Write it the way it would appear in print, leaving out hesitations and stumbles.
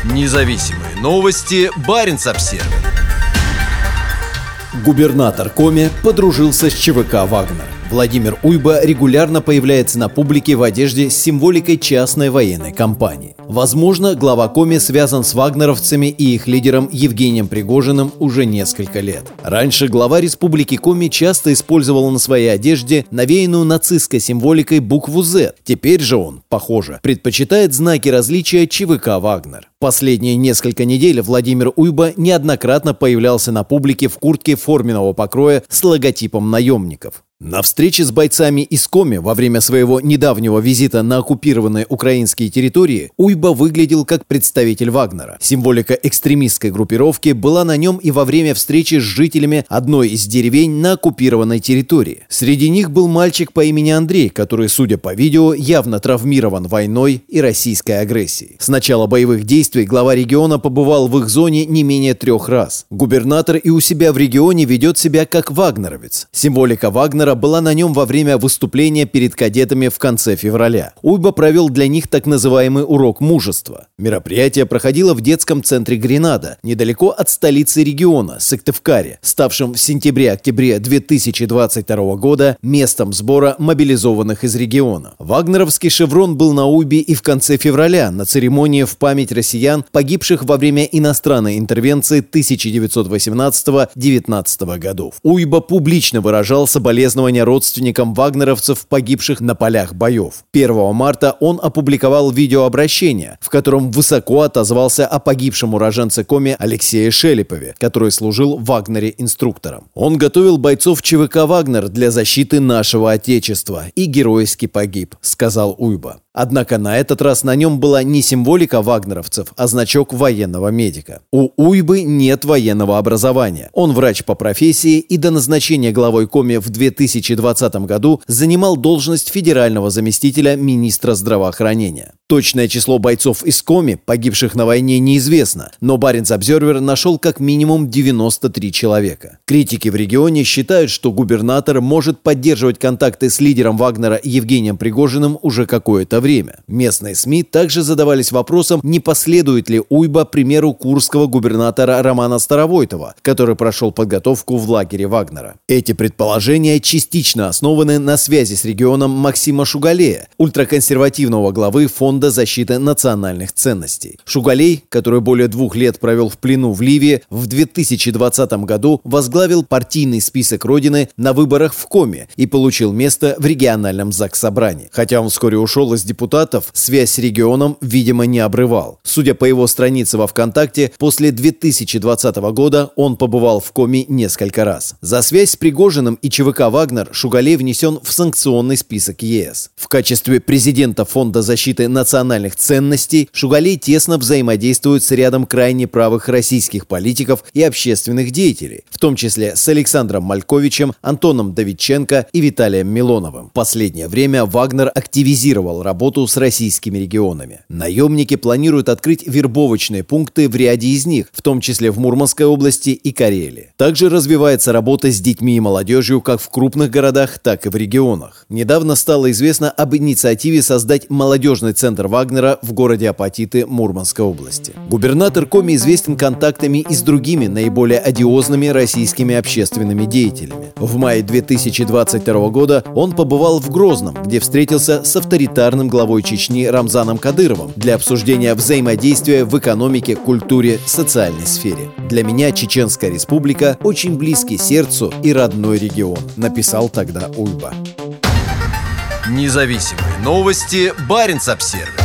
Независимые новости. Баренц-Обсервис. Губернатор Коми подружился с ЧВК «Вагнер». Владимир Уйба регулярно появляется на публике в одежде с символикой частной военной компании. Возможно, глава Коми связан с вагнеровцами и их лидером Евгением Пригожиным уже несколько лет. Раньше глава республики Коми часто использовал на своей одежде навеянную нацистской символикой букву «З». Теперь же он, похоже, предпочитает знаки различия ЧВК «Вагнер». Последние несколько недель Владимир Уйба неоднократно появлялся на публике в куртке форменного покроя с логотипом наемников. На встрече с бойцами из Коми во время своего недавнего визита на оккупированные украинские территории Уйба выглядел как представитель Вагнера. Символика экстремистской группировки была на нем и во время встречи с жителями одной из деревень на оккупированной территории. Среди них был мальчик по имени Андрей, который, судя по видео, явно травмирован войной и российской агрессией. С начала боевых действий глава региона побывал в их зоне не менее 3 раз. Губернатор и у себя в регионе ведет себя как вагнеровец. Символика Вагнера была на нем во время выступления перед кадетами в конце февраля. Уйба провел для них так называемый урок мужества. Мероприятие проходило в детском центре Гренада, недалеко от столицы региона, Сыктывкаре, ставшем в сентябре-октябре 2022 года местом сбора мобилизованных из региона. Вагнеровский шеврон был на Уйбе и в конце февраля на церемонии в память россиян, погибших во время иностранной интервенции 1918-19 годов. Уйба публично выражал соболезнования родственникам вагнеровцев, погибших на полях боев. 1 марта он опубликовал видеообращение, в котором высоко отозвался о погибшем уроженце Коми Алексее Шелепове, который служил в Вагнере инструктором. Он готовил бойцов ЧВК «Вагнер» для защиты нашего Отечества и геройски погиб, сказал Уйба. Однако на этот раз на нем была не символика вагнеровцев, а значок военного медика. У Уйбы нет военного образования. Он врач по профессии и до назначения главой Коми в 2020 году занимал должность федерального заместителя министра здравоохранения. Точное число бойцов из Коми, погибших на войне, неизвестно, но Баренц-Обсервис нашел как минимум 93 человека. Критики в регионе считают, что губернатор может поддерживать контакты с лидером Вагнера Евгением Пригожиным уже какое-то время. Местные СМИ также задавались вопросом, не последует ли Уйба примеру курского губернатора Романа Старовойтова, который прошел подготовку в лагере Вагнера. Эти предположения частично основаны на связи с регионом Максима Шугалея, ультраконсервативного главы Фонда защиты национальных ценностей. Шугалей, который более 2 лет провел в плену в Ливии, в 2020 году возглавил партийный список Родины на выборах в Коми и получил место в региональном заксобрании. Хотя он вскоре ушел из депутатов, связь с регионом, видимо, не обрывал. Судя по его странице во ВКонтакте, после 2020 года он побывал в Коми несколько раз. За связь с Пригожиным и ЧВК «Вагнер» Шугалей внесен в санкционный список ЕС. В качестве президента Фонда защиты национальных ценностей Шугалей тесно взаимодействует с рядом крайне правых российских политиков и общественных деятелей, в том числе с Александром Мальковичем, Антоном Давидченко и Виталием Милоновым. В последнее время Вагнер активизировал работу с российскими регионами. Наемники планируют открыть вербовочные пункты в ряде из них, в том числе в Мурманской области и Карелии. Также развивается работа с детьми и молодежью как в крупных городах, так и в регионах. Недавно стало известно об инициативе создать молодежный центр Вагнера в городе Апатиты Мурманской области. Губернатор Коми известен контактами и с другими наиболее одиозными российскими общественными деятелями. В мае 2022 года он побывал в Грозном, где встретился с авторитарным главой Чечни Рамзаном Кадыровым для обсуждения взаимодействия в экономике, культуре, социальной сфере. «Для меня Чеченская республика очень близкий сердцу и родной регион», написал тогда Уйба. Независимые новости. Баренц-Обсервис.